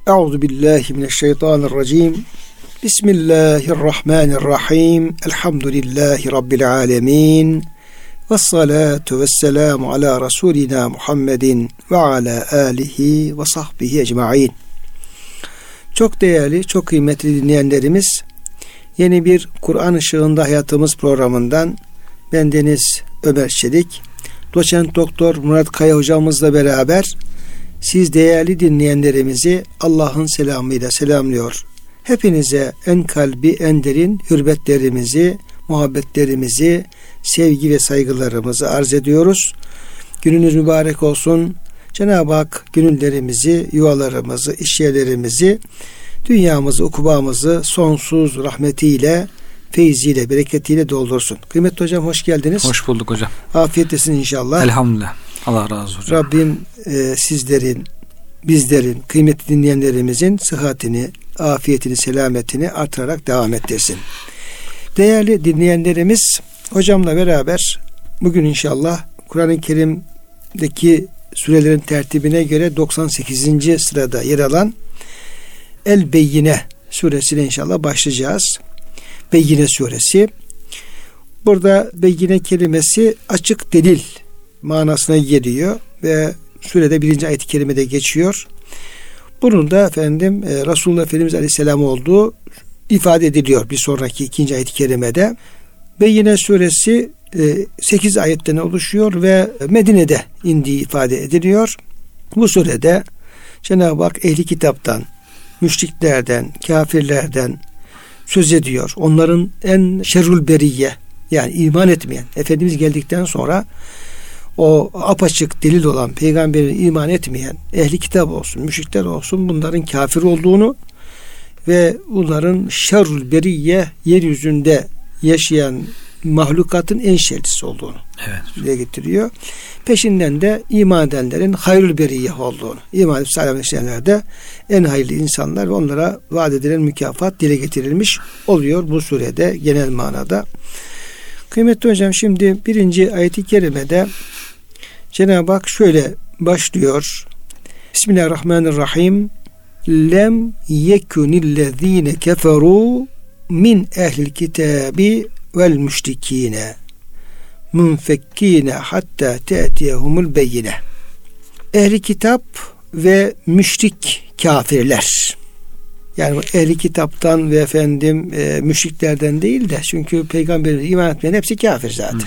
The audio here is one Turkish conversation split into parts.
Euzu billahi mineşşeytanirracim. Bismillahirrahmanirrahim. Elhamdülillahi rabbil alamin. Vessalatu vesselamu ala Resulina Muhammedin ve ala alihi ve sahbihi ecmaîn. Çok değerli, çok kıymetli dinleyenlerimiz, yeni bir Kur'an Işığında Hayatımız programından bendeniz Ömer Çelik, Doçent Doktor Murat Kaya hocamızla beraber siz değerli dinleyenlerimizi Allah'ın selamıyla selamlıyor. Hepinize en kalbi, en derin hürmetlerimizi, muhabbetlerimizi, sevgi ve saygılarımızı arz ediyoruz. Gününüz mübarek olsun. Cenab-ı Hak gönüllerimizi, yuvalarımızı, işyerlerimizi, dünyamızı, ukubamızı sonsuz rahmetiyle, feyziyle, bereketiyle doldursun. Kıymetli hocam, hoş geldiniz. Hoş bulduk hocam. Afiyetlesin inşallah. Elhamdülillah. Allah razı olsun. Rabbim sizlerin, bizlerin, kıymetli dinleyenlerimizin sıhhatini, afiyetini, selametini artırarak devam ettirsin. Değerli dinleyenlerimiz, hocamla beraber bugün inşallah Kur'an-ı Kerim'deki surelerin tertibine göre 98. sırada yer alan El-Beyyine suresine inşallah başlayacağız. Beyyine suresi. Burada Beyyine kelimesi açık delil manasına geliyor ve surede 1. ayet-i kerimede geçiyor. Bunun da Resulullah Efendimiz Aleyhisselam olduğu ifade ediliyor bir sonraki 2. ayet-i kerimede. Beyyine suresi 8 ayetten oluşuyor ve Medine'de indiği ifade ediliyor. Bu surede Cenab-ı Hak ehli kitaptan, müşriklerden, kafirlerden söz ediyor. Onların en şerrül beriyye, yani iman etmeyen, Efendimiz geldikten sonra o apaçık delil olan peygamberin iman etmeyen ehli kitap olsun, müşrikler olsun, bunların kafir olduğunu ve bunların şerrül beriyye, yeryüzünde yaşayan mahlukatın en şerlisi olduğunu dile getiriyor. Peşinden de iman edenlerin hayrül beriyye olduğunu, iman edip salih işleyenler de en hayırlı insanlar ve onlara vaat edilen mükafat dile getirilmiş oluyor bu surede genel manada. Kıymetli hocam, şimdi 1. ayet-i kerimede Cenab-ı Hak şöyle başlıyor. Bismillahirrahmanirrahim. Lem yekunillezine keferu min ehlil kitabi vel müşrikine munfekkine hatta te'tiyehumul beyyine. Ehli kitap ve müşrik kafirler. Yani ehli kitaptan ve müşriklerden değil de, çünkü peygamberimize iman etmeyen hepsi kafir zaten.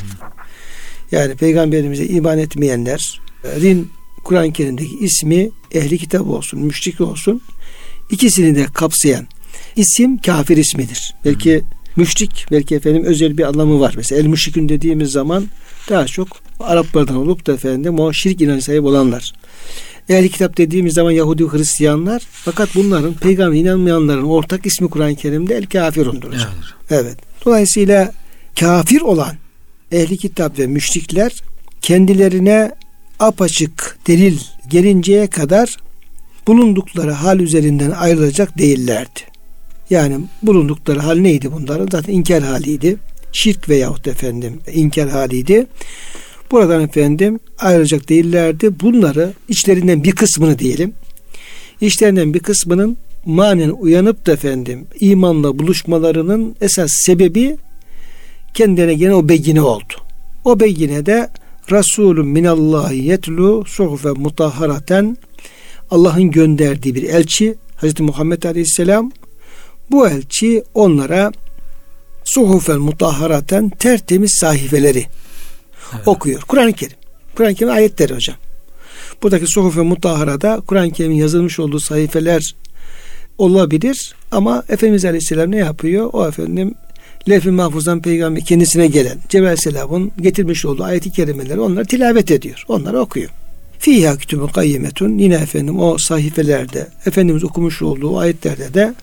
Yani peygamberimize iman etmeyenlerin Kur'an-ı Kerim'deki ismi ehli kitap olsun, müşrik olsun, ikisini de kapsayan isim kafir ismidir. Belki müşrik, belki özel bir anlamı var. Mesela el müşrikün dediğimiz zaman daha çok Araplardan olup da o şirk inancı sahibi olanlar. Ehli kitap dediğimiz zaman Yahudi ve Hristiyanlar, fakat bunların peygamber inanmayanların ortak ismi Kur'an-ı Kerim'de el kafirundur hocam. Evet. Dolayısıyla kafir olan ehli kitap ve müşrikler kendilerine apaçık delil gelinceye kadar bulundukları hal üzerinden ayrılacak değillerdi. Yani bulundukları hal neydi bunların? Zaten inkar haliydi. Şirk veyahut inkar haliydi. Buradan ayrılacak değillerdi. Bunları, içlerinden bir kısmını diyelim, içlerinden bir kısmının manen uyanıp da imanla buluşmalarının esas sebebi kendilerine gelen o beyyine oldu. O beyyine de Resulun minallahi yetlu suhufen mutahharaten, Allah'ın gönderdiği bir elçi Hazreti Muhammed Aleyhisselam. Bu elçi onlara suhufen mutahharaten, tertemiz sahifeleri okuyor. Kur'an-ı Kerim. Kur'an-ı Kerim ayetleri hocam. Buradaki suhufen mutahharada Kur'an-ı Kerim'in yazılmış olduğu sayfeler olabilir ama Efendimiz Aleyhisselam ne yapıyor? O Levh-i Mahfuz'dan peygamber kendisine gelen Cebrail Aleyhisselam'ın getirmiş olduğu ayet-i kerimeleri onları tilavet ediyor. Onları okuyor. Fîhâ kütübün kayyimetun, yine o sahifelerde Efendimiz okumuş olduğu ayetlerde de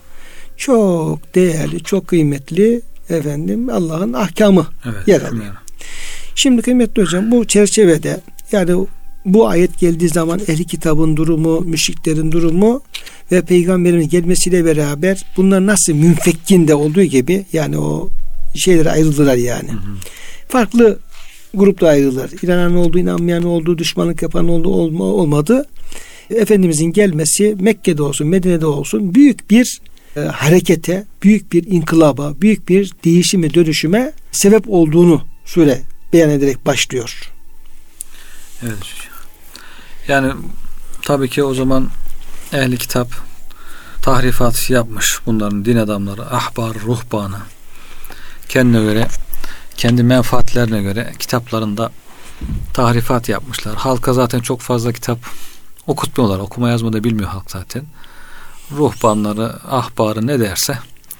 çok değerli, çok kıymetli Allah'ın ahkamı yer alıyor. Şimdi kıymetli hocam, bu çerçevede, yani bu ayet geldiği zaman ehli kitabın durumu, müşriklerin durumu ve peygamberin gelmesiyle beraber bunlar nasıl münfekkinde olduğu gibi, yani o şeylere ayrıldılar yani. Farklı grupta ayrıldılar. İnanan oldu, inanmayan oldu, düşmanlık yapan oldu, olmadı. Efendimizin gelmesi Mekke'de olsun, Medine'de olsun büyük bir harekete, büyük bir inkılaba, büyük bir değişime, dönüşüme sebep olduğunu sure beyan ederek başlıyor. Evet. Yani tabii ki o zaman ehli kitap tahrifat yapmış, bunların din adamları, ahbar, ruhbanı kendine göre, kendi menfaatlerine göre kitaplarında tahrifat yapmışlar. Halka zaten çok fazla kitap okutmuyorlar. Okuma yazma da bilmiyor halk zaten. Ruhbanları, ahbarı ne derse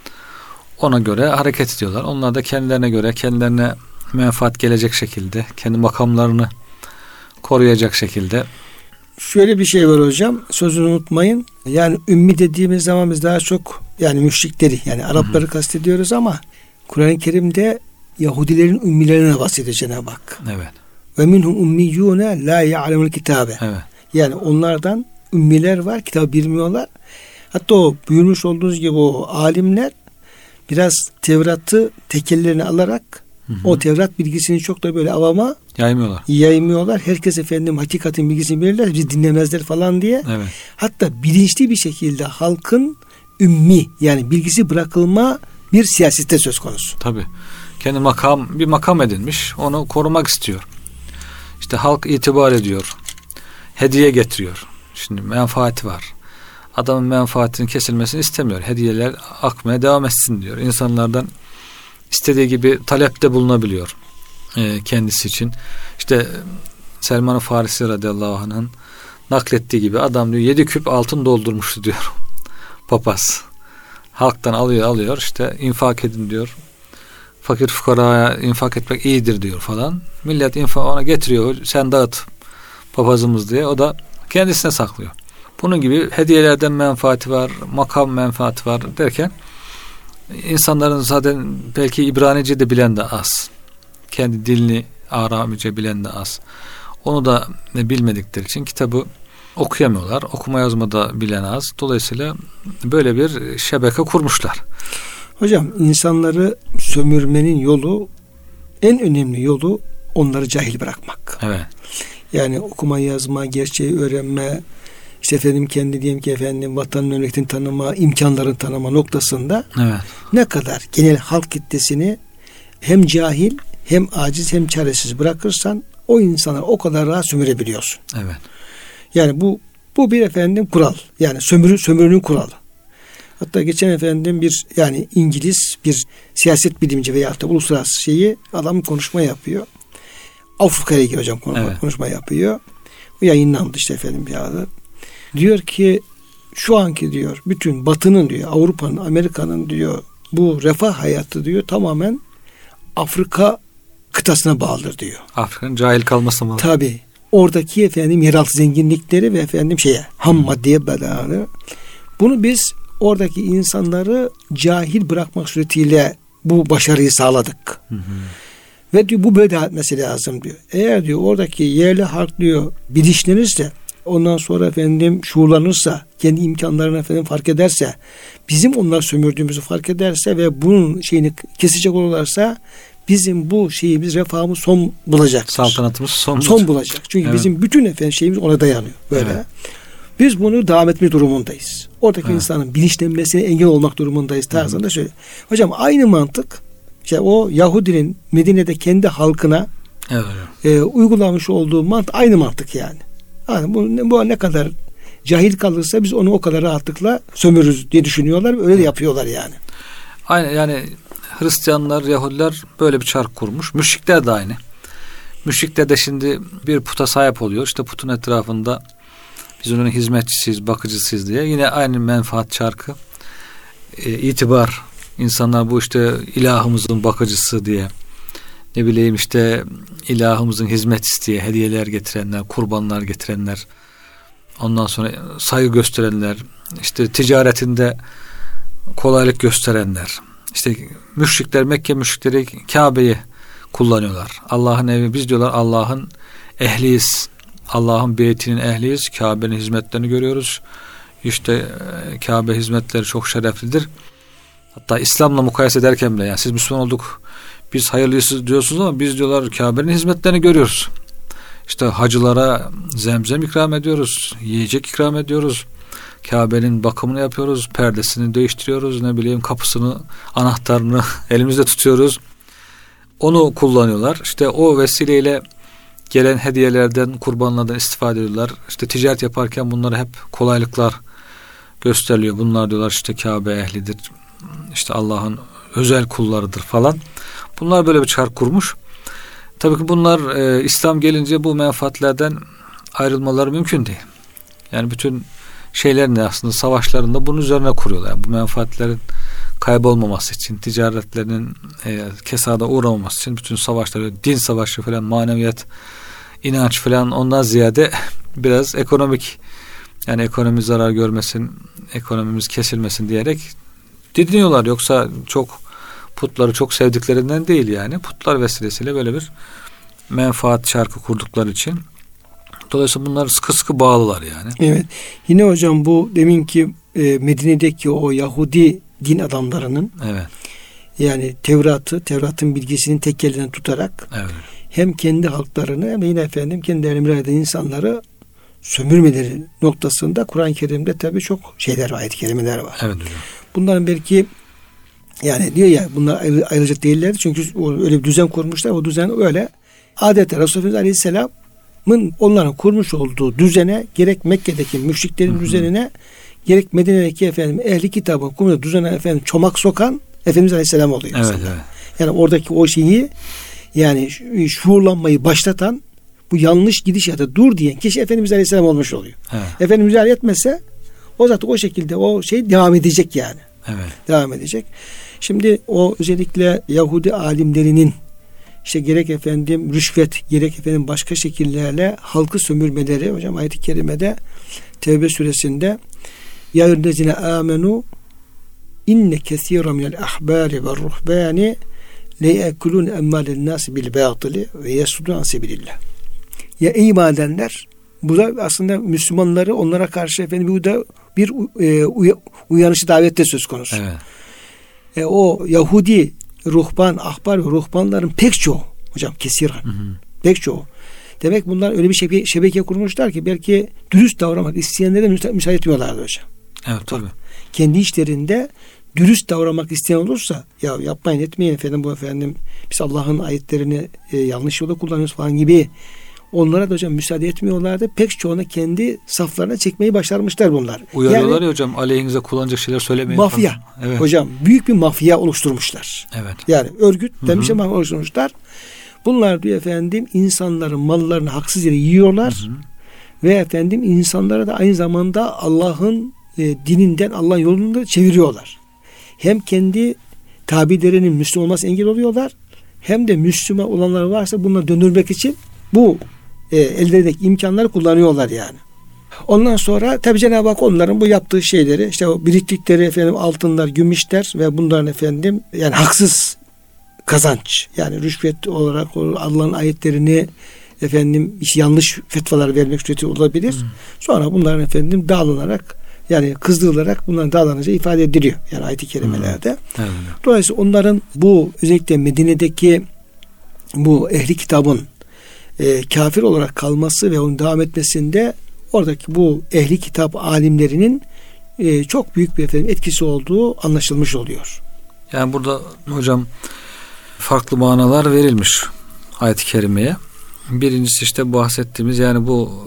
ona göre hareket ediyorlar. Onlar da kendilerine göre, kendilerine menfaat gelecek şekilde, kendi makamlarını koruyacak şekilde. Şöyle bir şey var hocam, sözünü unutmayın. Yani ümmi dediğimiz zaman biz daha çok yani müşrikleri, yani Arapları kastediyoruz ama Kur'an-ı Kerim'de Yahudilerin ümmilerine bahsediyor Cenab-ı Hak. Evet. Ve minhum ummiyyûne la ya'lemul kitabe. Evet. Yani onlardan ümmiler var, kitabı bilmiyorlar. Hatta o buyurmuş olduğunuz gibi o alimler biraz Tevrat'ı tekellerine alarak o Tevrat bilgisini çok da böyle avama yaymıyorlar. Herkes efendim hakikatin bilgisini bilirler, biz dinlemezler falan diye. Evet. Hatta bilinçli bir şekilde halkın ümmi, yani bilgisi bırakılma bir siyasette söz konusu. Tabii. Kendi bir makam edinmiş. Onu korumak istiyor. İşte halk itibar ediyor. Hediye getiriyor. Şimdi menfaati var. Adamın menfaatinin kesilmesini istemiyor. Hediyeler akmaya devam etsin diyor. İnsanlardan istediği gibi talepte bulunabiliyor kendisi için. İşte Selman-ı Farisi radıyallahu anh'ın naklettiği gibi adam diyor 7 küp altın doldurmuştu diyor papaz. Halktan alıyor işte infak edin diyor. Fakir fukaraya infak etmek iyidir diyor falan. Millet infak ona getiriyor. Sen dağıt papazımız diye. O da kendisine saklıyor. Bunun gibi hediyelerden menfaati var, makam menfaati var derken insanların zaten belki İbranice de bilen de az. Kendi dilini Aramice bilen de az. Onu da bilmedikleri için kitabı okuyamıyorlar. Okuma yazma da bilen az. Dolayısıyla böyle bir şebeke kurmuşlar. Hocam insanları sömürmenin yolu, en önemli yolu onları cahil bırakmak. Evet. Yani okuma yazma, gerçeği öğrenme, işte efendim kendi diyelim ki efendim vatanın memleketin tanıma, imkanların tanıma noktasında ne kadar genel halk kitlesini hem cahil hem aciz hem çaresiz bırakırsan o insanları o kadar rahat sömürebiliyorsun. Evet. Yani bu bir efendim kural. Yani sömürünün kuralı. Hatta geçen efendim bir yani İngiliz bir siyaset bilimci veya da uluslararası adam konuşma yapıyor. Afrika'ya ilgili hocam konuşma yapıyor. O yayınlandı işte efendim bir adı. Diyor ki şu anki diyor bütün Batı'nın diyor Avrupa'nın, Amerika'nın diyor bu refah hayatı diyor tamamen Afrika kıtasına bağlıdır diyor. Afrika'nın cahil kalması mı? Tabii. Oradaki efendim yeraltı zenginlikleri ve efendim ham maddeye belanı. Bunu biz oradaki insanları cahil bırakmak suretiyle bu başarıyı sağladık. Ve diyor bu böyle devam etmesi lazım diyor. Eğer diyor oradaki yerli halk diyor bilinçlenirse, ondan sonra efendim şuurlanırsa, kendi imkanlarını efendim fark ederse, bizim onları sömürdüğümüzü fark ederse ve bunun şeyini kesecek olurlarsa bizim bu şeyimiz, refahımız son bulacak. Saltanatımız son bulacak. Çünkü bizim bütün efendim şeyimiz ona dayanıyor. Böyle. Evet. Biz bunu devam etme durumundayız. Oradaki insanın bilinçlenmesine engel olmak durumundayız tarzında şöyle. Hocam aynı mantık o Yahudinin Medine'de kendi halkına uygulamış olduğu mantık aynı mantık yani. Yani bu ne kadar cahil kalırsa biz onu o kadar rahatlıkla sömürürüz diye düşünüyorlar. Öyle de yapıyorlar yani. Aynen yani Hristiyanlar, Yahudiler böyle bir çark kurmuş. Müşrikler de aynı. Müşrikler de şimdi bir puta sahip oluyor. İşte putun etrafında biz onun hizmetçisiyiz, bakıcısıyız diye. Yine aynı menfaat çarkı. İtibar. İnsanlar bu işte ilahımızın bakıcısı diye. Ne bileyim işte ilahımızın hizmetçisi diye hediyeler getirenler, kurbanlar getirenler. Ondan sonra saygı gösterenler. İşte ticaretinde kolaylık gösterenler. İşte müşrikler, Mekke müşrikleri Kabe'yi kullanıyorlar. Allah'ın evi, biz diyorlar Allah'ın ehliyiz. Allah'ın beytinin ehliyiz. Kabe'nin hizmetlerini görüyoruz. İşte Kabe hizmetleri çok şereflidir. Hatta İslam'la mukayese ederken bile yani siz Müslüman olduk, biz hayırlıyız diyorsunuz ama biz diyorlar Kabe'nin hizmetlerini görüyoruz. İşte hacılara zemzem ikram ediyoruz, yiyecek ikram ediyoruz. Kabe'nin bakımını yapıyoruz, perdesini değiştiriyoruz, ne bileyim kapısını, anahtarını elimizde tutuyoruz. Onu kullanıyorlar. İşte o vesileyle gelen hediyelerden, kurbanlardan istifade ediyorlar. İşte ticaret yaparken bunlara hep kolaylıklar gösteriliyor. Bunlar diyorlar işte Kabe ehlidir, işte Allah'ın özel kullarıdır falan. Bunlar böyle bir çark kurmuş. Tabii ki bunlar İslam gelince bu menfaatlerden ayrılmaları mümkün değil. Yani bütün şeylerin de aslında savaşlarında bunun üzerine kuruyorlar. Yani bu menfaatlerin kaybolmaması için, ticaretlerinin kesada uğramaması için bütün savaşları, din savaşı falan, maneviyat, inanç falan, ondan ziyade biraz ekonomik, yani ekonomi zarar görmesin, ekonomimiz kesilmesin diyerek didiniyorlar. Yoksa putları çok sevdiklerinden değil yani. Putlar vesilesiyle böyle bir menfaat çarkı kurdukları için. Dolayısıyla bunlar sıkı sıkı bağlılar yani. Evet. Yine hocam bu deminki Medine'deki o Yahudi din adamlarının, evet, yani Tevrat'ın bilgisini tek elinden tutarak, evet, hem kendi halklarını hem de yine kendilerine müracaat eden insanları sömürmeleri noktasında Kur'an-ı Kerim'de tabii çok şeyler var, ayet-i kerimeler var. Evet hocam. Bunların belki, yani diyor ya, bunlar ayrılacak değillerdi çünkü öyle bir düzen kurmuşlar. O düzen öyle adeta Resulullah Aleyhisselam'ın onların kurmuş olduğu düzene, gerek Mekke'deki müşriklerin düzenine, gerek Medine'deki ehli kitabın kurmuş düzene çomak sokan Efendimiz Aleyhisselam oluyor. Evet, evet. Yani oradaki o şeyi, yani şuurlanmayı başlatan, bu yanlış gidişata dur diyen kişi Efendimiz Aleyhisselam olmuş oluyor. Evet. Efendimiz müdahale etmese o zaten o şekilde o şey devam edecek yani. Evet. Devam edecek. Şimdi o özellikle Yahudi alimlerinin işte gerek rüşvet, gerek başka şekillerle halkı sömürmeleri, hocam ayet-i kerimede Tevbe suresinde ya eyyühellezine amenu inne kesiran minel ahbari ve ruhbani leyekulun emmâlen nâsi bil bâtili ve yesudun an sebilillah. Ya ey iman edenler, bu da aslında Müslümanları onlara karşı bir uyanışı davette söz konusu. Evet. O Yahudi ruhban, ahbar ve ruhbanların pek çoğu hocam kesiran. Pek çoğu. Demek bunlar öyle bir şebeke kurmuşlar ki belki dürüst davranmak isteyenlere müsaade etmiyorlardı hocam. Evet tabii. Kendi işlerinde dürüst davranmak isteyen olursa ya yapmayın etmeyin biz Allah'ın ayetlerini yanlış yola kullanıyoruz falan gibi, onlara da hocam müsaade etmiyorlardı. Pek çoğunu kendi saflarına çekmeyi başarmışlar bunlar. Uyarıyorlar yani, ya hocam, aleyhinize kullanacak şeyler söylemeyin. Mafya. Evet. Hocam büyük bir mafya oluşturmuşlar. Evet. Yani örgüt demişler, mafya oluşturmuşlar. Bunlar diyor insanların mallarını haksız yere yiyorlar. Ve insanlara da aynı zamanda Allah'ın dininden, Allah'ın yolunu da çeviriyorlar. Hem kendi tabilerinin Müslüman olması engel oluyorlar, hem de Müslüman olanlar varsa bunları döndürmek için bu ellerindeki imkanları kullanıyorlar yani. Ondan sonra tabi Cenab-ı Hak onların bu yaptığı şeyleri, işte o biriktikleri altınlar, gümüşler ve bunların yani haksız kazanç, yani rüşvet olarak Allah'ın ayetlerini yanlış fetvalar vermek sureti olabilir. Sonra bunların dağlanarak, yani kızdırılarak bunların dağlanacağı ifade ediliyor. Yani ayet-i kerimelerde. Evet. Dolayısıyla onların bu özellikle Medine'deki bu ehli kitabın kafir olarak kalması ve onun devam etmesinde oradaki bu ehli kitap alimlerinin çok büyük bir etkisi olduğu anlaşılmış oluyor. Yani burada hocam farklı manalar verilmiş ayet-i kerimeye. Birincisi işte bahsettiğimiz, yani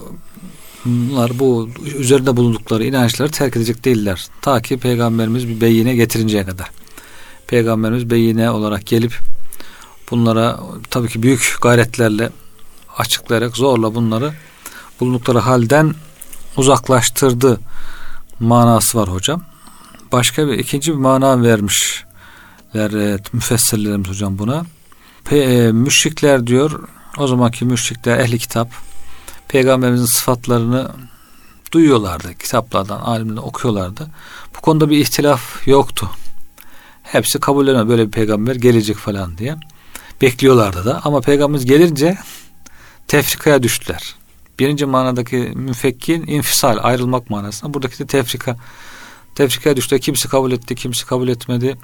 bunlar bu üzerinde bulundukları inançları terk edecek değiller. Ta ki Peygamberimiz bir beyine getirinceye kadar. Peygamberimiz beyine olarak gelip bunlara tabii ki büyük gayretlerle açıklayarak zorla bunları bulundukları halden uzaklaştırdı manası var hocam. Başka ikinci bir mana vermişler müfessirlerimiz hocam buna. Müşrikler diyor, o zamanki müşrikler, ehli kitap, Peygamberimizin sıfatlarını duyuyorlardı. Kitaplardan, alimlerden okuyorlardı. Bu konuda bir ihtilaf yoktu. Hepsi kabul ediyor, böyle bir peygamber gelecek falan diye. Bekliyorlardı da. Ama peygamberimiz gelince tefrikaya düştüler. Birinci manadaki müfekkin, infisal, ayrılmak manasında. Buradaki de tefrikaya düştüler. Kimisi kabul etti, kimisi kabul etmedi.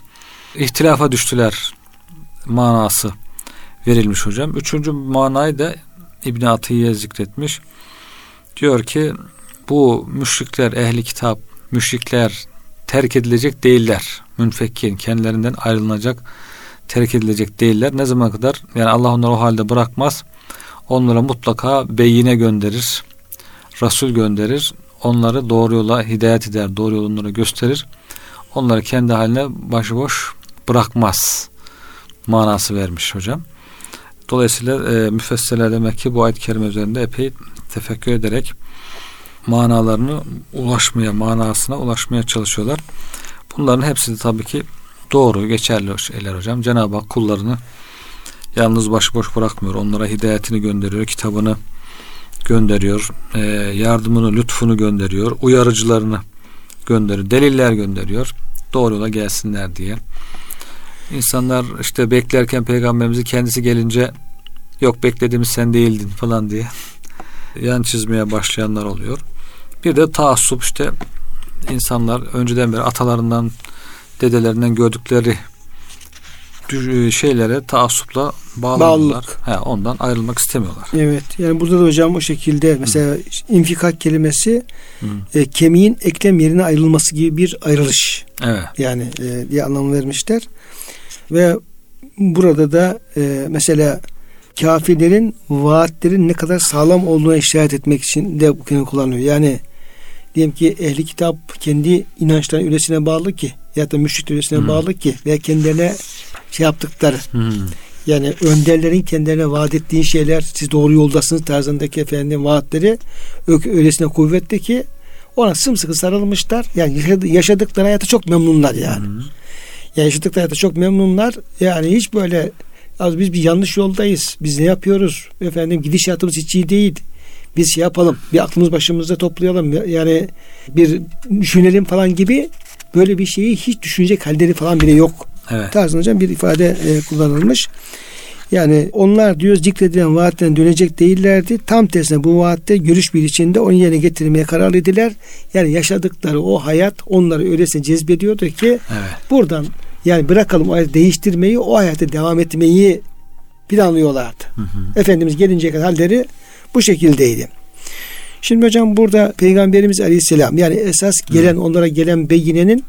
İhtilafa düştüler manası verilmiş hocam. Üçüncü manayı da İbn Atiyye zikretmiş. Diyor ki bu müşrikler, ehli kitap, müşrikler terk edilecek değiller. Münfekkin, kendilerinden ayrılacak, terk edilecek değiller. Ne zaman kadar? Yani Allah onları o halde bırakmaz. Onlara mutlaka beyine gönderir. Resul gönderir. Onları doğru yola hidayet eder. Doğru yolu onlara gösterir. Onları kendi haline başıboş bırakmaz manası vermiş hocam. Dolayısıyla müfessirler demek ki bu ayet-i kerime üzerinde epey tefekkür ederek manasına ulaşmaya çalışıyorlar. Bunların hepsi de tabii ki doğru, geçerli şeyler hocam. Cenab-ı Hak kullarını yalnız başıboş bırakmıyor. Onlara hidayetini gönderiyor, kitabını gönderiyor, yardımını, lütfunu gönderiyor, uyarıcılarını gönderiyor, deliller gönderiyor. Doğru yola gelsinler diye. İnsanlar işte beklerken peygamberimizi kendisi gelince yok beklediğimiz sen değildin falan diye yan çizmeye başlayanlar oluyor. Bir de taassup, işte insanlar önceden beri atalarından, dedelerinden gördükleri şeylere taassupla bağlanıyorlar. Ondan ayrılmak istemiyorlar. Evet. Yani burada da hocam o şekilde mesela infikak kelimesi kemiğin eklem yerine ayrılması gibi bir ayrılış. Evet. Yani diye anlam vermişler. Ve burada da mesela kafirlerin vaatlerin ne kadar sağlam olduğuna işaret etmek için de bu kelime kullanılıyor. Yani diyelim ki ehli kitap kendi inançlarının üresine bağlı ki ya da müşrik üresine bağlı ki veya kendilerine şey yaptıkları yani önderlerin kendilerine vaat ettiği şeyler, siz doğru yoldasınız tarzındaki efendim vaatleri öylesine kuvvetli ki ona sımsıkı sarılmışlar. Yani yaşadıkları hayata çok memnunlar yani. Yani yaşadıkları hayata çok memnunlar. Yani hiç böyle az biz bir yanlış yoldayız. Biz ne yapıyoruz? Efendim gidişatımız hiç iyi değil. Biz şey yapalım. Bir aklımız başımızda toplayalım. Yani bir düşünelim falan gibi böyle bir şeyi hiç düşünecek halleri falan bile yok. Evet. Tarzında bir ifade kullanılmış. Yani onlar diyor zikredilen vaatten dönecek değillerdi. Tam tersine bu vaatte görüş bir içinde onu yerine getirmeye kararlıydılar. Yani yaşadıkları o hayat onları öylesine cezbediyordu ki buradan yani bırakalım o hayatı değiştirmeyi, o hayata devam etmeyi planlıyorlardı. Efendimiz gelinceye kadar halleri bu şekildeydi. Şimdi hocam burada Peygamberimiz Aleyhisselam yani esas gelen onlara gelen beyinenin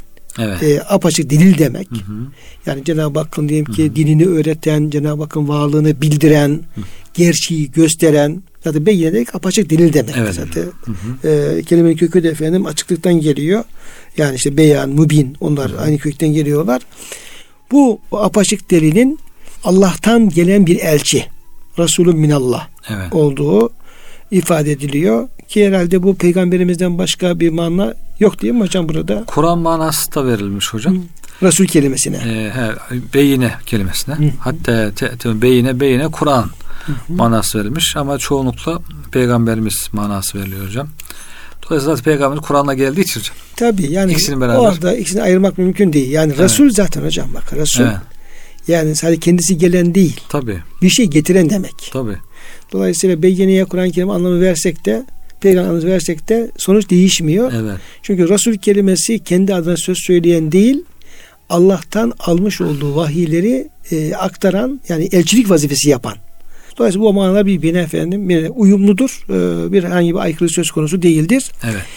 apaçık delil demek. Yani Cenab-ı Hakk'ın diyelim ki dinini öğreten, Cenab-ı Hakk'ın varlığını bildiren, gerçeği gösteren zaten beyine de apaçık delil demek. Zaten kelimenin kökü de efendim açıklıktan geliyor. Yani işte beyan, mübin onlar aynı kökten geliyorlar. Bu apaçık delilin Allah'tan gelen bir elçi, Resulün minallah olduğu ifade ediliyor ki herhalde bu peygamberimizden başka bir mana yok değil mi hocam burada? Kur'an manası da verilmiş hocam. Resul kelimesine. Beyine kelimesine. Hatta beyine Kur'an manası verilmiş ama çoğunlukla peygamberimiz manası veriliyor hocam. Dolayısıyla peygamber Kur'an'la geldiği için hocam. Tabii yani ikisini beraber. Orada ikisini ayırmak mümkün değil. Yani Resul zaten hocam bak Resul. Yani sadece kendisi gelen değil. Tabii. Bir şey getiren demek. Tabii. Dolayısıyla beyyineye Kur'an-ı Kerim anlamı versek de peygamber anlamı versek de sonuç değişmiyor. Çünkü Resul kelimesi kendi adına söz söyleyen değil, Allah'tan almış olduğu vahiyleri aktaran yani elçilik vazifesi yapan. Dolayısıyla bu manalar birbirine efendim uyumludur. Bir herhangi bir aykırı söz konusu değildir.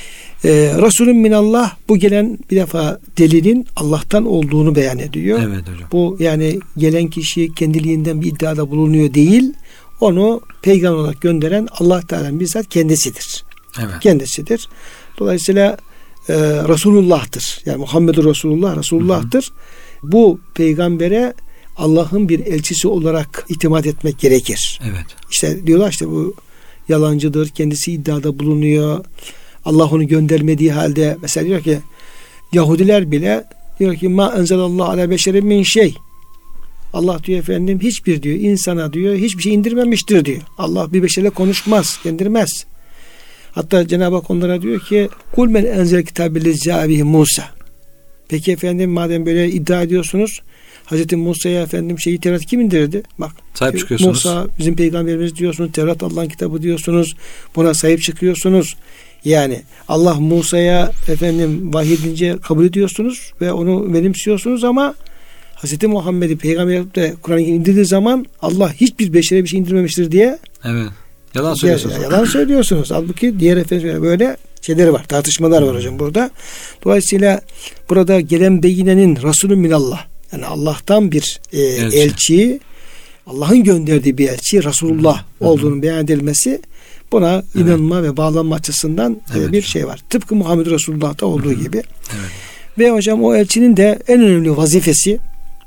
Resulün minallah bu gelen bir defa delilin Allah'tan olduğunu beyan ediyor. Bu yani gelen kişi kendiliğinden bir iddiada bulunuyor değil. Onu peygamber olarak gönderen Allah Teala'nın bizzat kendisidir. Kendisidir. Dolayısıyla Resulullah'tır. Yani Muhammedur Resulullah'tır. Bu peygambere Allah'ın bir elçisi olarak itimat etmek gerekir. İşte diyorlar işte bu yalancıdır. Kendisi iddiada bulunuyor. Allah onu göndermediği halde mesela diyor ki Yahudiler bile diyor ki ma enzelallahu ala beşerin min şey. Allah diyor efendim hiçbir diyor insana diyor hiçbir şey indirmemiştir diyor. Allah bir beşerle konuşmaz, indirmez. Hatta Cenab-ı Hak onlara diyor ki kul men enzel kitabille cabihi Musa. Peki efendim madem böyle iddia ediyorsunuz Hazreti Musa'ya efendim Tevrat kim indirdi? Bak sahip çıkıyorsunuz. Musa bizim peygamberimiz diyorsunuz. Tevrat Allah'ın kitabı diyorsunuz. Buna sahip çıkıyorsunuz. Yani Allah Musa'ya efendim vahiy edince kabul ediyorsunuz ve onu benimsiyorsunuz ama Hz. Muhammed'i peygamber de Kur'an'ı indirdiği zaman Allah hiçbir beşere bir şey indirmemiştir diye Yalan söylüyorsunuz. Yalan söylüyorsunuz. Halbuki diğer efendim böyle şeyleri var. Tartışmalar var hocam burada. Dolayısıyla burada gelen beyinenin Resulü minallah. Yani Allah'tan bir elçi. Allah'ın gönderdiği bir elçi Resulullah olduğunu beyan edilmesi buna inanma ve bağlanma açısından bir şey var. Tıpkı Muhammed Resulullah'ta olduğu gibi. Evet. Ve hocam o elçinin de en önemli vazifesi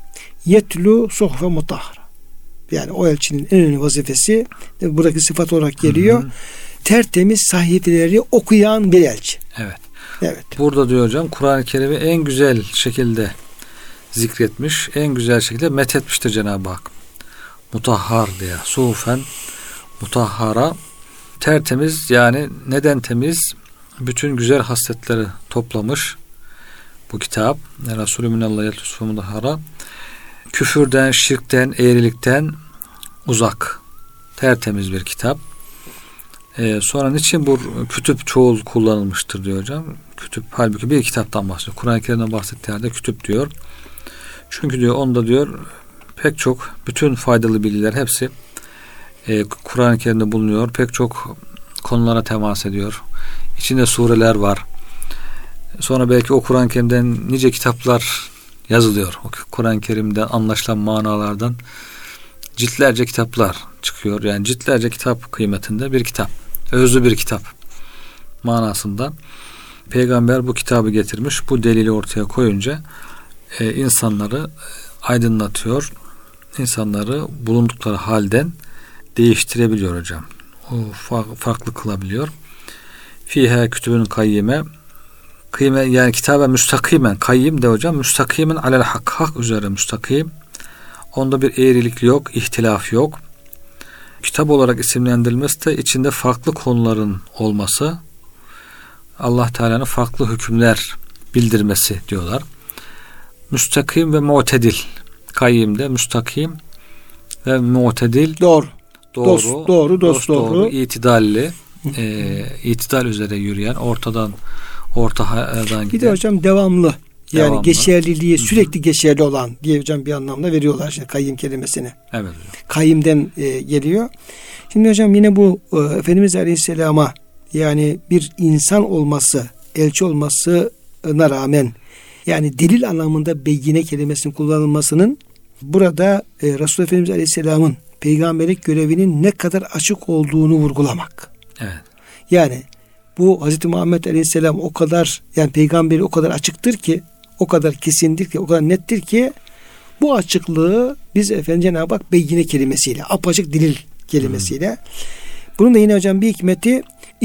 yetlu suhfe mutahhara. Yani o elçinin en önemli vazifesi buradaki sıfat olarak geliyor. Tertemiz sahifeleri okuyan bir elçi. Evet. Burada diyor hocam Kur'an-ı Kerim'i en güzel şekilde zikretmiş, en güzel şekilde methetmiştir Cenab-ı Hak. Mutahhar diye. Suhufen mutahhara, tertemiz, yani neden temiz? Bütün güzel hasletleri toplamış bu kitap. Resulü minallah yetlusu mutahhara. Küfürden, şirkten, eğrilikten uzak. Tertemiz bir kitap. Sonra niçin bu kütüp çoğul kullanılmıştır diyor hocam. Kütüp, halbuki bir kitaptan bahsediyor. Kur'an-ı Kerim'den bahsettiği yerde kütüp diyor. Çünkü diyor onda diyor pek çok, bütün faydalı bilgiler hepsi Kur'an-ı Kerim'de bulunuyor. Pek çok konulara temas ediyor. İçinde sureler var. Sonra belki o Kur'an-ı Kerim'den nice kitaplar yazılıyor. O Kur'an-ı Kerim'den anlaşılan manalardan ciltlerce kitaplar çıkıyor. Yani ciltlerce kitap kıymetinde bir kitap. Özlü bir kitap manasında. Peygamber bu kitabı getirmiş. Bu delili ortaya koyunca insanları aydınlatıyor. İnsanları bulundukları halden değiştirebiliyor hocam. O farklı kılabiliyor. Fiha kütübün kayyime, kıyme, yani kitabe müstakimen, kayyim de hocam müstakimen alel hak üzere müstakim. Onda bir eğrilik yok, ihtilaf yok. Kitap olarak isimlendirilmesi de içinde farklı konuların olması, Allah Teala'nın farklı hükümler bildirmesi diyorlar. Müstakim ve mu'tedil. Kayyim'de müstakim ve mu'tedil. Doğru. Doğru. İtidalli. İtidal üzere yürüyen, ortadan giden. Bir de hocam devamlı. Yani geçerliliği sürekli geçerli olan diye hocam bir anlamda veriyorlar şimdi kayyim kelimesini. Evet hocam. Kayyimden geliyor. Şimdi hocam yine bu Efendimiz Aleyhisselam'a, yani bir insan olması, elçi olmasına rağmen, yani delil anlamında beyine kelimesinin kullanılmasının burada Resulullah Efendimiz Aleyhisselam'ın peygamberlik görevinin ne kadar açık olduğunu vurgulamak. Evet. Yani bu Hz. Muhammed Aleyhisselam o kadar, yani peygamberi o kadar açıktır ki, o kadar kesindir ki, o kadar nettir ki, bu açıklığı biz efendim Cenab-ı Hak beyine kelimesiyle, apaçık delil kelimesiyle. Bunun da yine hocam bir hikmeti,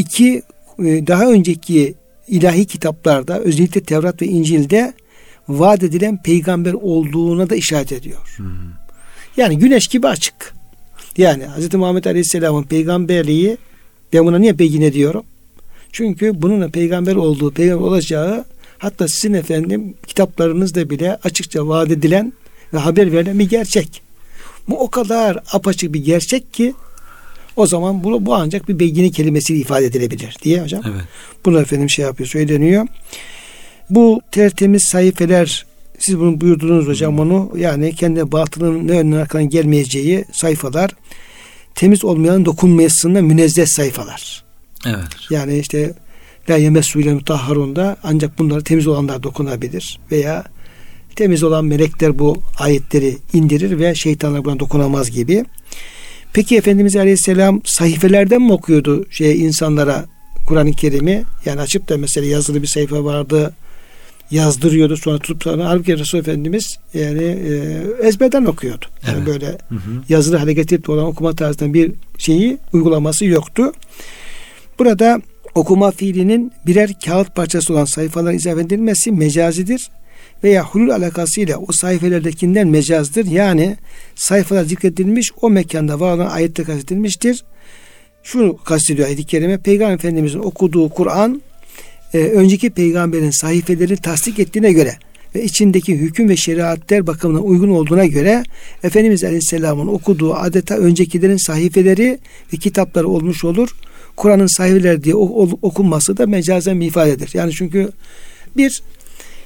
daha önceki ilahi kitaplarda, özellikle Tevrat ve İncil'de vaat edilen peygamber olduğuna da işaret ediyor. Yani güneş gibi açık. Yani Hz. Muhammed Aleyhisselam'ın peygamberliği, ben buna niye beyine diyorum? Çünkü bununla peygamber olduğu, peygamber olacağı, hatta sizin efendim kitaplarınızda bile açıkça vaat edilen ve haber verilen bir gerçek. Bu o kadar apaçık bir gerçek ki, o zaman bu ancak bir beyine kelimesiyle ifade edilebilir diye hocam. Evet. Bunu efendim söyleniyor. Bu tertemiz sayfeler, siz bunu buyurdunuz hocam onu, yani kendi batılının ne önüne arkadan gelmeyeceği sayfalar, temiz olmayan dokunmayasında münezzeh sayfalar. Evet. Yani işte la yemessûle mutahharunda ancak bunları temiz olanlar dokunabilir veya temiz olan melekler bu ayetleri indirir ve şeytanlar buna dokunamaz gibi. Peki Efendimiz Aleyhisselam sahifelerden mi okuyordu insanlara Kur'an-ı Kerim'i? Yani açıp da mesela yazılı bir sayfa vardı, yazdırıyordu, sonra tutup halbuki Resul Efendimiz yani ezberden okuyordu. Yani evet. Böyle yazılı hale getirip olan okuma tarzından bir uygulaması yoktu. Burada okuma fiilinin birer kağıt parçası olan sayfalara izafe edilmesi mecazidir veya hulul alakasıyla o sayfelerdekinden mecazdır. Yani sayfalar zikredilmiş, o mekanda var olan ayette kastedilmiştir. Şunu kastediyor ayet-i kerime, Peygamber Efendimizin okuduğu Kur'an önceki peygamberin sayfelerini tasdik ettiğine göre ve içindeki hüküm ve şeriatler bakımından uygun olduğuna göre Efendimiz Aleyhisselam'ın okuduğu adeta öncekilerin sayfeleri ve kitapları olmuş olur. Kur'an'ın sayfeleri diye okunması da mecazen bir ifadedir. Yani çünkü bir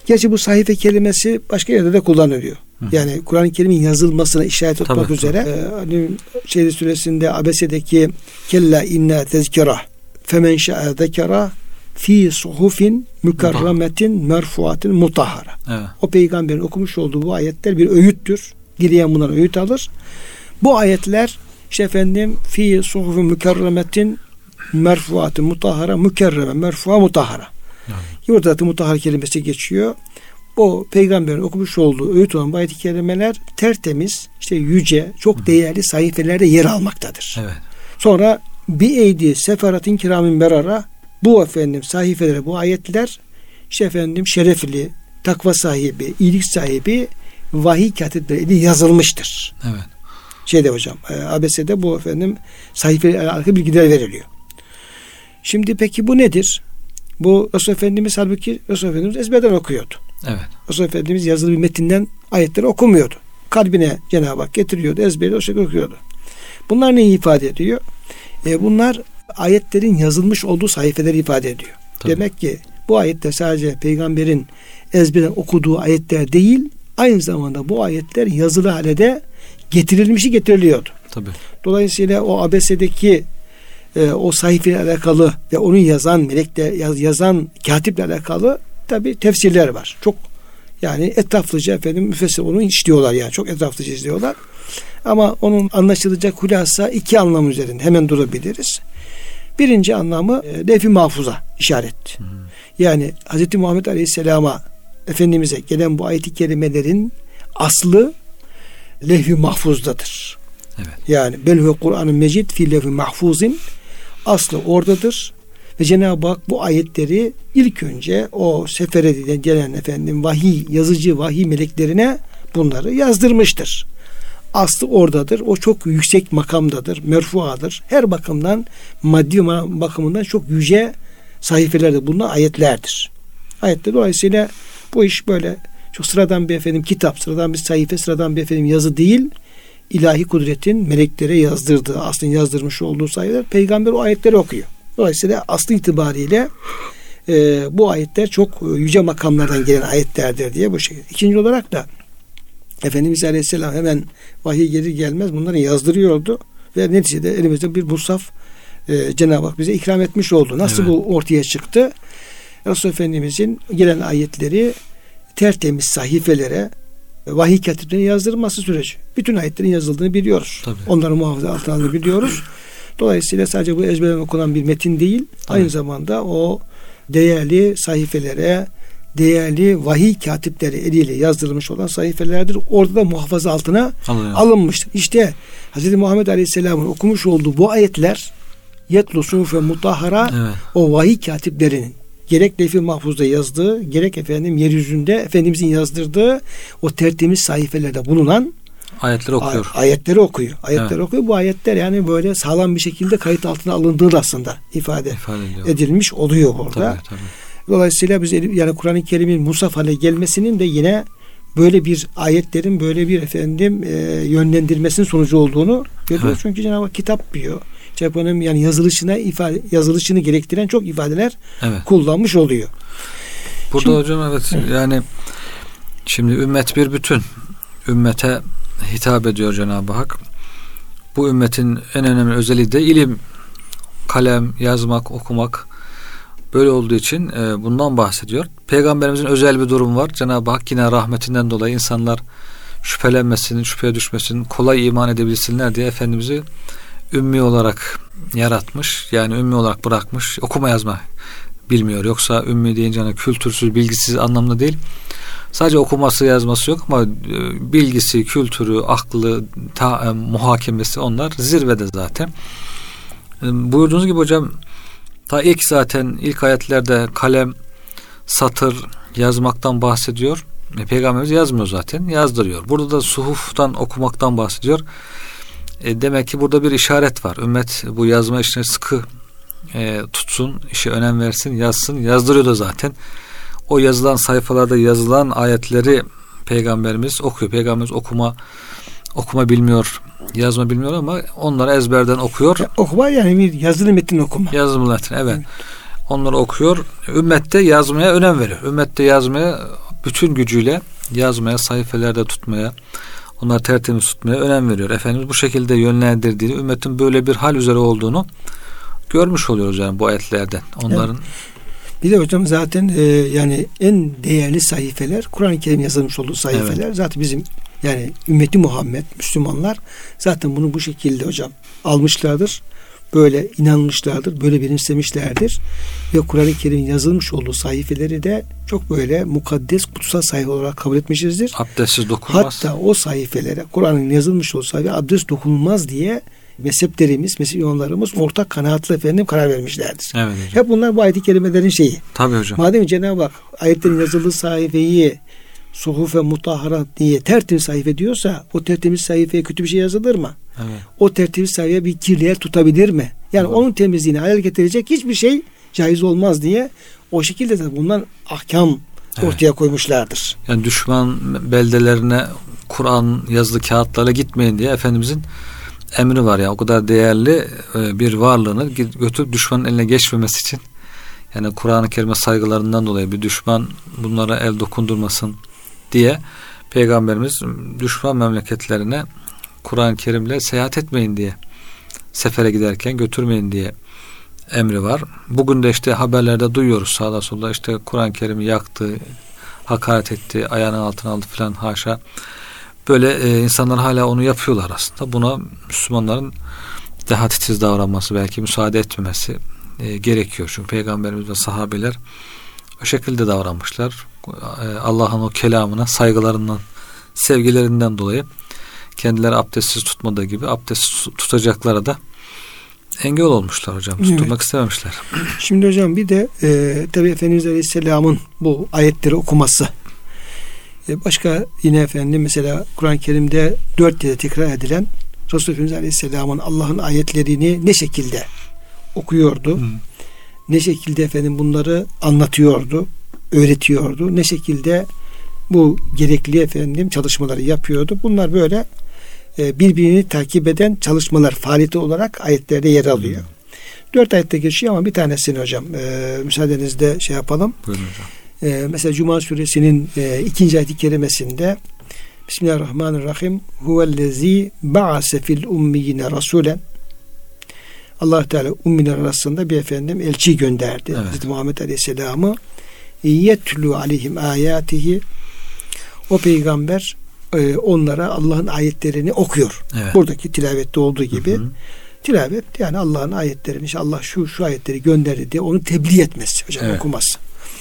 Gerçi bu sahife kelimesi başka yerde de kullanılıyor. Yani Kur'an-ı Kerim'in yazılmasına işaret etmek üzere. Hani suresinde Abese'deki kella inna tezkira femen şa'a zekera fi suhufin mükerremetin merfuatin mutahhara. Evet. O peygamberin okumuş olduğu bu ayetler bir öğüttür. Dileyen bundan öğüt alır. Bu ayetler işte efendim fi suhufin mükerremetin merfuatin mutahhara, mükerreme, merfua, mutahhara. Yurda da mutahhar kelimesi geçiyor. O peygamberin okumuş olduğu öğüt olan bu ayet-i kerimeler tertemiz, işte yüce, çok değerli sayfelerde yer almaktadır. Evet. Sonra bi eydi seferatin kiramin berara, bu efendim sayfelere, bu ayetler işte efendim şerefli, takva sahibi, iyilik sahibi vahiy katipleri yazılmıştır. Evet. Şeyde hocam, Abese'de bu efendim sayfelerle alakalı bilgiler veriliyor. Şimdi peki bu nedir? Bu Resul Efendimiz halbuki Resul Efendimiz ezberden okuyordu. Evet. Resul Efendimiz yazılı bir metinden ayetleri okumuyordu. Kalbine Cenab-ı Hak getiriyordu, ezberi o şekilde okuyordu. Bunlar neyi ifade ediyor? Bunlar ayetlerin yazılmış olduğu sayfeleri ifade ediyor. Tabii. Demek ki bu ayetler sadece peygamberin ezberden okuduğu ayetler değil, aynı zamanda bu ayetler yazılı hale de getiriliyordu. Tabii. Dolayısıyla o Abese'deki o sayfayla alakalı ve onu yazan melekle yazan katiple alakalı tabi tefsirler var. Çok yani etraflıca efendim müfessir onu işliyorlar yani. Çok etraflıca izliyorlar. Ama onun anlaşılacak hulasa iki anlam üzerinde hemen durabiliriz. Birinci anlamı levh-i mahfuza işaret. Yani Hz. Muhammed Aleyhisselam'a Efendimiz'e gelen bu ayet-i kerimelerin aslı levh-i mahfuzdadır. Evet. Yani belhu Kur'an-ı Mecid fi levh-i mahfuzin, aslı oradadır. Ve Cenab-ı Hak bu ayetleri ilk önce o sefereden gelen efendim vahiy, yazıcı vahiy meleklerine bunları yazdırmıştır. Aslı oradadır. O çok yüksek makamdadır. Merfuadır. Her bakımdan, maddi bakımından çok yüce sayfelerde bulunan ayetlerdir. Ayetler dolayısıyla bu iş böyle çok sıradan bir efendim kitap, sıradan bir sayfa, sıradan bir efendim yazı değil. İlahi kudretin meleklere yazdırdığı, aslında yazdırmış olduğu sayılar, peygamber o ayetleri okuyor. Dolayısıyla aslı itibariyle bu ayetler çok yüce makamlardan gelen ayetlerdir diye bu şekilde. İkinci olarak da Efendimiz Aleyhisselam hemen vahiy gelir gelmez bunları yazdırıyordu ve neticede elimizde bir mushaf Cenab-ı Hak bize ikram etmiş oldu. Nasıl evet. Bu ortaya çıktı? Resul Efendimizin gelen ayetleri tertemiz sahifelere vahiy katiplerine yazdırılması süreci. Bütün ayetlerin yazıldığını biliyoruz. Tabii. Onların muhafaza altına biliyoruz. Dolayısıyla sadece bu ezberden okunan bir metin değil, tabii. Aynı zamanda o değerli sayfelere, değerli vahiy katipleri eliyle yazdırılmış olan sayfelerdir. Orada da muhafaza altına alınmıştır. İşte Hz. Muhammed Aleyhisselam'ın okumuş olduğu bu ayetler yetlu suhufe mutahhara, evet. O vahiy katiplerinin gerek levh-i mahfuzda yazdığı, gerek efendim yeryüzünde Efendimizin yazdırdığı o tertemiz sayfelerde bulunan ayetleri okuyor. Ayetleri okuyor. Ayetleri evet. okuyor. Bu ayetler yani böyle sağlam bir şekilde kayıt altına alındığı da aslında ifade edilmiş oluyor orada. Tabii, tabii. Dolayısıyla biz yani Kur'an-ı Kerim'in mushaf hale gelmesinin de yine böyle bir ayetlerin böyle bir efendim yönlendirmesinin sonucu olduğunu görüyoruz. Evet. Çünkü Cenab-ı Hak kitap diyor. Cenab-ı yani yazılışını gerektiren çok ifadeler evet. kullanmış oluyor. Burada şimdi, hocam evet yani şimdi ümmet bir bütün. Ümmete hitap ediyor Cenab-ı Hak. Bu ümmetin en önemli özelliği de ilim, kalem, yazmak, okumak. Böyle olduğu için bundan bahsediyor. Peygamberimizin özel bir durum var. Cenab-ı Hak yine rahmetinden dolayı insanlar şüphelenmesin, şüpheye düşmesin, kolay iman edebilsinler diye Efendimiz'i ümmi olarak yaratmış. Yani ümmi olarak bırakmış. Okuma yazma bilmiyor. Yoksa ümmi deyince hani kültürsüz, bilgisiz anlamda değil. Sadece okuması yazması yok ama bilgisi, kültürü, aklı, muhakemesi onlar zirvede zaten. Buyurduğunuz gibi hocam ta ilk ayetlerde kalem, satır yazmaktan bahsediyor. Peygamberimiz yazmıyor zaten. Yazdırıyor. Burada da suhuftan okumaktan bahsediyor. Demek ki burada bir işaret var. Ümmet bu yazma işine sıkı tutsun, işe önem versin, yazsın. Yazdırıyor da zaten. O yazılan sayfalarda yazılan ayetleri Peygamberimiz okuyor. Peygamberimiz okuma bilmiyor, yazma bilmiyor ama onları ezberden okuyor. Okuma yani bir yazılı metin okuma. Yazılı metin evet. Onları okuyor. Ümmet de yazmaya önem veriyor. Ümmet de yazmaya bütün gücüyle yazmaya, sayfelerde tutmaya, onları tertemiz tutmaya önem veriyor. Efendimiz bu şekilde yönlendirdiğini, ümmetin böyle bir hal üzere olduğunu görmüş oluyoruz yani bu ayetlerden. Onların Bir de hocam zaten yani en değerli sayfeler Kur'an-ı Kerim yazılmış olduğu sayfeler. Evet. Zaten bizim yani ümmeti Muhammed, Müslümanlar zaten bunu bu şekilde hocam almışlardır. Böyle inanmışlardır, böyle benimsemişlerdir. Ve Kur'an-ı Kerim'in yazılmış olduğu sayfeleri de çok böyle mukaddes, kutsal sayfa olarak kabul etmişizdir. Abdestsiz dokunulmaz. Hatta o sayfelere, Kur'an'ın yazılmış olduğu sayfa abdest dokunulmaz diye mezheplerimiz, mezhep imamlarımız ortak kanaatle efendim karar vermişlerdir. Evet hocam. Hep bunlar bu ayet-i kerimelerin şeyi. Tabii hocam. Madem Cenab-ı Hak ayetlerin yazıldığı sayfayı suhufe mutahharat diye tertemiz sayfa diyorsa, o tertemiz sayfaya kötü bir şey yazılır mı? Evet. O tertemiz sayfaya bir kirliye tutabilir mi? Yani evet. Onun temizliğini hayal getirecek hiçbir şey caiz olmaz diye o şekilde de bundan ahkam ortaya koymuşlardır. Yani düşman beldelerine Kur'an yazılı kağıtlarla gitmeyin diye Efendimizin emri var ya, o kadar değerli bir varlığını götürüp düşmanın eline geçmemesi için, yani Kur'an-ı Kerim'e saygılarından dolayı bir düşman bunlara el dokundurmasın diye Peygamberimiz düşman memleketlerine Kur'an-ı Kerim'le seyahat etmeyin diye, sefere giderken götürmeyin diye emri var. Bugün de işte haberlerde duyuyoruz sağda solda, işte Kur'an-ı Kerim'i yaktı, hakaret etti, ayağının altına aldı filan, haşa. Böyle insanlar hala onu yapıyorlar aslında. Buna Müslümanların daha titiz davranması, belki müsaade etmemesi gerekiyor. Çünkü Peygamberimiz ve sahabeler o şekilde davranmışlar. Allah'ın o kelamına saygılarından, sevgilerinden dolayı kendileri abdestsiz tutmadığı gibi abdestsiz tutacaklara da engel olmuşlar hocam. Evet. Tutmak istememişler. Şimdi hocam bir de tabi Efendimiz Aleyhisselam'ın bu ayetleri okuması, başka yine efendim mesela Kur'an-ı Kerim'de 4 kere tekrar edilen Resulullah Efendimiz Aleyhisselam'ın Allah'ın ayetlerini ne şekilde okuyordu, ne şekilde efendim bunları anlatıyordu, öğretiyordu, ne şekilde bu gerekli efendim çalışmaları yapıyordu. Bunlar böyle birbirini takip eden çalışmalar, faaliyeti olarak ayetlerde yer alıyor. 4 ayette geçiyor ama bir tanesini hocam müsaadenizle şey yapalım. Buyurun hocam. Mesela Cuma suresinin 2. ayet-i kerimesinde Bismillahirrahmanirrahim huvellezî ba'ase fil ummiyine rasulen, Allah Teala ummiler arasında bir efendim elçi gönderdi. Evet. Hazreti Muhammed Aleyhisselam'ı yetlu aleyhim ayatihi, o peygamber onlara Allah'ın ayetlerini okuyor. Evet. Buradaki tilavette olduğu gibi. Tilavet yani Allah'ın ayetlerini, işte Allah şu ayetleri gönderdi diye onu tebliğ etmesi hocam, evet. Okuması.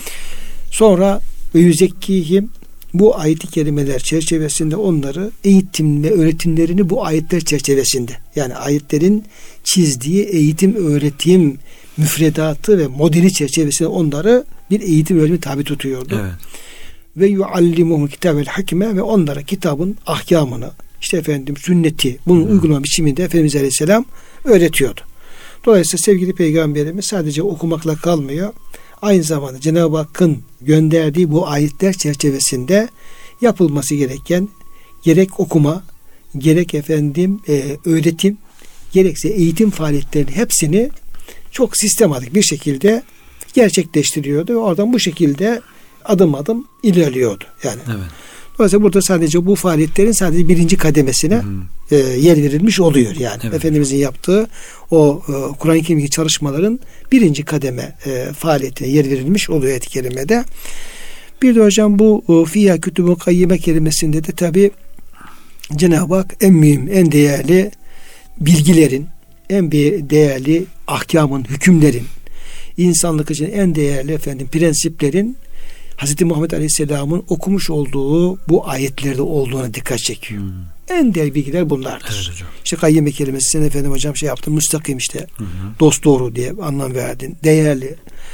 Sonra ve yüzekkihim, bu ayet-i kerimeler çerçevesinde onları eğitim ve öğretimlerini bu ayetler çerçevesinde, yani ayetlerin çizdiği eğitim, öğretim müfredatı ve modeli çerçevesinde onları bir eğitim öğretimi tabi tutuyordu. Evet. Ve yuallimuhum kitabel hakime, ve onlara kitabın ahkamını, işte efendim sünneti, bunun uygulama biçiminde Efendimiz Aleyhisselam öğretiyordu. Dolayısıyla sevgili Peygamberimiz sadece okumakla kalmıyor. Aynı zamanda Cenab-ı Hakk'ın gönderdiği bu ayetler çerçevesinde yapılması gereken gerek okuma, gerek efendim öğretim, gerekse eğitim faaliyetlerinin hepsini çok sistematik bir şekilde gerçekleştiriyordu ve oradan bu şekilde adım adım ilerliyordu. Yani. Evet. Dolayısıyla burada sadece bu faaliyetlerin sadece birinci kademesine yer verilmiş oluyor yani. Evet. Efendimizin yaptığı o Kur'an-ı Kerim'deki çalışmaların birinci kademe faaliyetine yer verilmiş oluyor ayet-i kerimede. Bir de hocam bu fiyâ kütübün kayyime kelimesinde de tabi Cenab-ı Hak en mühim, en değerli bilgilerin, en değerli ahkamın, hükümlerin, insanlık için en değerli efendim prensiplerin Hz. Muhammed Aleyhisselam'ın okumuş olduğu bu ayetlerde olduğuna dikkat çekiyor. En değerli bilgiler bunlardır. Evet, işte kayyime kelimesi, sen efendim hocam şey yaptın, müstakim işte, dost doğru diye anlam verdin. Değerli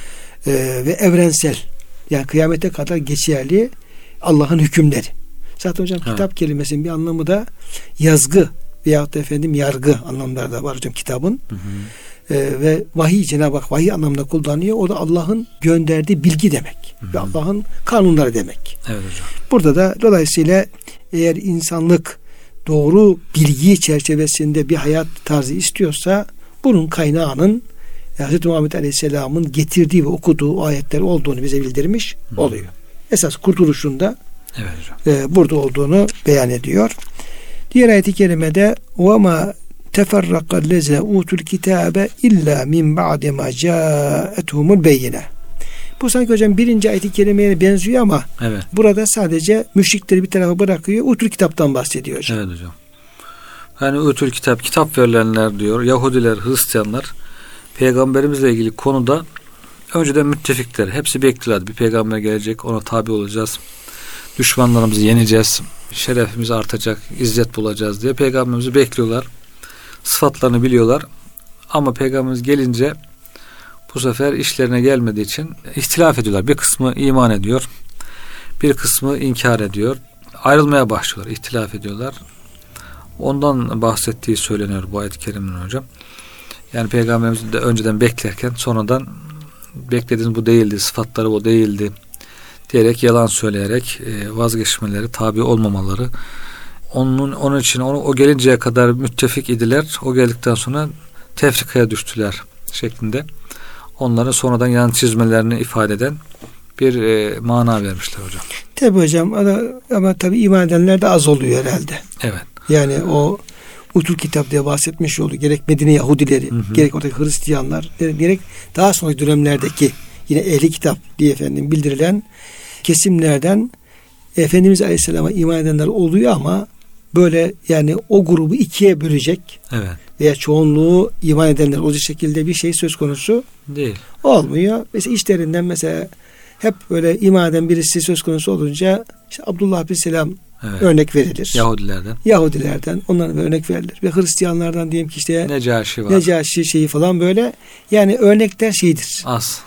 ve evrensel, yani kıyamete kadar geçerli Allah'ın hükümleri. Zaten hocam kitap kelimesinin bir anlamı da yazgı veyahut da efendim yargı anlamları da var hocam kitabın. Ve vahiy, Cenab-ı Hak vahiy anlamında kullanıyor. O da Allah'ın gönderdiği bilgi demek. Ve Allah'ın kanunları demek. Evet hocam. Burada da dolayısıyla eğer insanlık doğru bilgi çerçevesinde bir hayat tarzı istiyorsa bunun kaynağının Hz. Muhammed Aleyhisselam'ın getirdiği ve okuduğu ayetler olduğunu bize bildirmiş oluyor. esas kurtuluşunda Evet hocam. Burada olduğunu beyan ediyor. Diğer ayet-i kerimede وَمَا تَفَرَّقَ الَّذِينَ اُوتُوا الْكِتَابَ اِلَّا مِنْ بَعْدِ مَا جَاءَتْهُمُ الْبَيِّنَةُ. Bu sanki hocam birinci ayet-i kerimeye benziyor ama evet. burada sadece müşrikleri bir tarafa bırakıyor. Utul kitaptan bahsediyor hocam. Evet hocam. Yani utul kitap verilenler diyor. Yahudiler, Hristiyanlar peygamberimizle ilgili konuda önceden müttefikler. Hepsi bekliyorlar. Bir peygamber gelecek, ona tabi olacağız. Düşmanlarımızı yeneceğiz. Şerefimiz artacak, izzet bulacağız diye peygamberimizi bekliyorlar. Sıfatlarını biliyorlar. Ama peygamberimiz gelince bu sefer işlerine gelmediği için ihtilaf ediyorlar. Bir kısmı iman ediyor. Bir kısmı inkar ediyor. Ayrılmaya başlıyorlar. İhtilaf ediyorlar. Ondan bahsettiği söyleniyor bu ayet-i kerimenin hocam. Yani peygamberimizi de önceden beklerken sonradan beklediğiniz bu değildi, sıfatları o değildi diyerek yalan söyleyerek vazgeçmeleri, tabi olmamaları, onun için o gelinceye kadar müttefik idiler. O geldikten sonra tefrikaya düştüler şeklinde onların sonradan yan çizmelerini ifade eden bir mana vermişler hocam. Tabi hocam ama tabi iman edenler de az oluyor herhalde. Evet. Yani o utul kitap diye bahsetmiş oldu. Gerek Medine Yahudileri, gerek oradaki Hristiyanlar, gerek daha sonraki dönemlerdeki yine ehli kitap diye bildirilen kesimlerden Efendimiz Aleyhisselam'a iman edenler oluyor ama böyle yani o grubu ikiye bölecek veya çoğunluğu iman edenler olacak şekilde bir şey söz konusu değil. Olmuyor. Mesela işlerinden mesela hep böyle iman eden birisi söz konusu olunca işte Abdullah bin Selam örnek verilir. Yahudilerden onlara örnek verilir. Ve Hristiyanlardan diyelim ki işte Necaşi var. Necaşi şeyi falan böyle. Yani örnekler şeydir.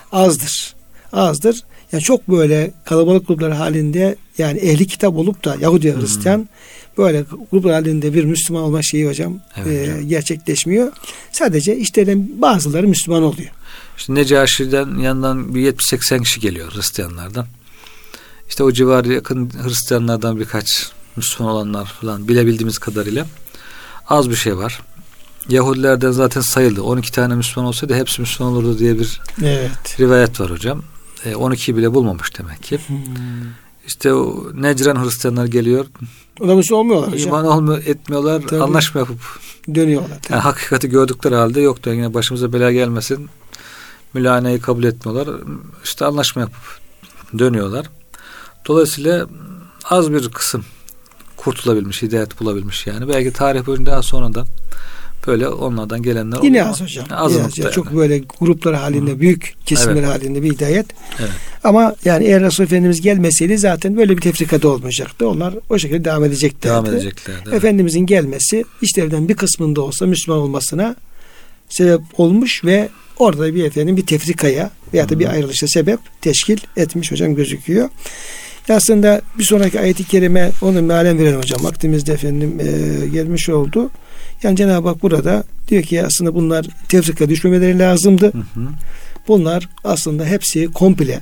Azdır. Yani çok böyle kalabalık gruplar halinde yani ehli kitap olup da Yahudi ve Hristiyan böyle gruplar halinde bir Müslüman olma şeyi hocam gerçekleşmiyor. Sadece işlerden bazıları Müslüman oluyor. İşte Necaşi'den yandan bir 70-80 kişi geliyor Hristiyanlardan. İşte o civarı yakın Hristiyanlardan birkaç Müslüman olanlar falan bilebildiğimiz kadarıyla az bir şey var. Yahudilerden zaten sayıldı. 12 tane Müslüman olsaydı hepsi Müslüman olurdu diye bir rivayet var hocam. 12'yi bile bulmamış demek ki. İşte o Necran Hristiyanlar geliyor. O da Müslüman olmuyorlar hocam. İman etmiyorlar. Tabii. Anlaşma yapıp dönüyorlar. Yani hakikati gördükleri halde yok da yine başımıza bela gelmesin. Mülaneyi kabul etmiyorlar. İşte anlaşma yapıp dönüyorlar. Dolayısıyla az bir kısım kurtulabilmiş, hidayet bulabilmiş yani. Belki tarih boyunca daha sonra da böyle onlardan gelenler yine az hocam. Az yani. Çok böyle gruplar halinde, büyük kesimler halinde bir hidayet. Evet. Ama yani eğer Resul Efendimiz gelmeseydi zaten böyle bir tefrikada olmayacaktı. Onlar o şekilde devam edeceklerdi. Efendimizin gelmesi işlerden bir kısmında olsa Müslüman olmasına sebep olmuş ve orada bir tefrikaya veya da bir ayrılışa sebep teşkil etmiş hocam gözüküyor. Aslında bir sonraki ayet-i kerime onu mealen verelim hocam. Vaktimizde gelmiş oldu. Yani Cenab-ı Hak burada diyor ki aslında bunlar tefrika düşmemeleri lazımdı. Bunlar aslında hepsi komple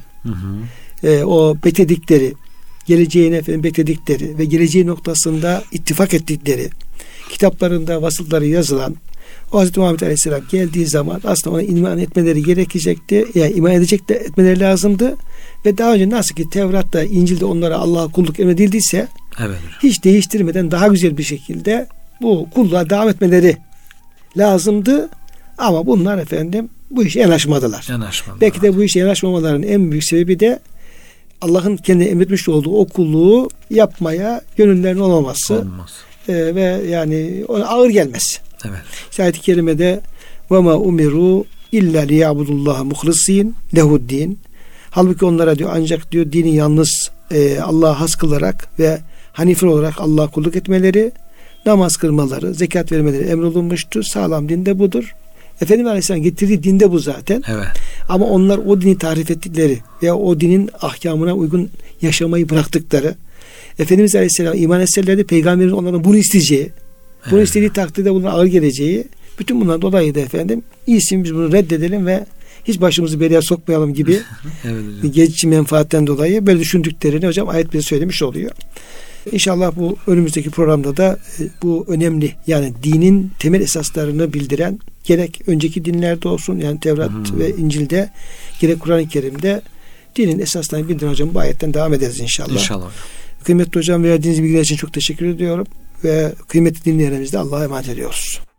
o bekledikleri, geleceğine bekledikleri ve geleceği noktasında ittifak ettikleri kitaplarında vasıfları yazılan o Hazreti Muhammed Aleyhisselam geldiği zaman aslında ona iman etmeleri gerekecekti. Yani iman etmeleri lazımdı. Ve daha önce nasıl ki Tevrat'ta, İncil'de onlara Allah'a kulluk emredildiyse hiç değiştirmeden daha güzel bir şekilde bu kulluğa devam etmeleri lazımdı. Ama bunlar bu işe yanaşmadılar. Belki de bu işe yanaşmamaların en büyük sebebi de Allah'ın kendi emretmiş olduğu o kulluğu yapmaya gönüllerinin olmaması. Ve yani ona ağır gelmesi. Ayet-i kerimede وَمَا umiru illa liya'budullaha muhlisin lehu'd-din. Halbuki onlara diyor ancak diyor dini yalnız Allah'a has kılarak ve hanife olarak Allah'a kulluk etmeleri, namaz kılmaları, zekat vermeleri emrolunmuştu. Sağlam din de budur. Efendimiz Aleyhisselam getirdiği din de bu zaten. Ama onlar o dini tarif ettikleri veya o dinin ahkamına uygun yaşamayı bıraktıkları, Efendimiz Aleyhisselam iman etselerdi Peygamberin onların bunu isteyeceği, bunu istediği takdirde bunun ağır geleceği, bütün bunlar dolayı da iyisin biz bunu reddedelim ve hiç başımızı belaya sokmayalım gibi geçici menfaatten dolayı böyle düşündüklerini hocam ayet bize söylemiş oluyor. İnşallah bu önümüzdeki programda da bu önemli yani dinin temel esaslarını bildiren gerek önceki dinlerde olsun yani Tevrat ve İncil'de gerek Kur'an-ı Kerim'de dinin esaslarını bildiren hocam bu ayetten devam ederiz inşallah. İnşallah. Kıymetli hocam, verdiğiniz bilgiler için çok teşekkür ediyorum ve kıymetli dinleyenlerimizi de Allah'a emanet ediyoruz.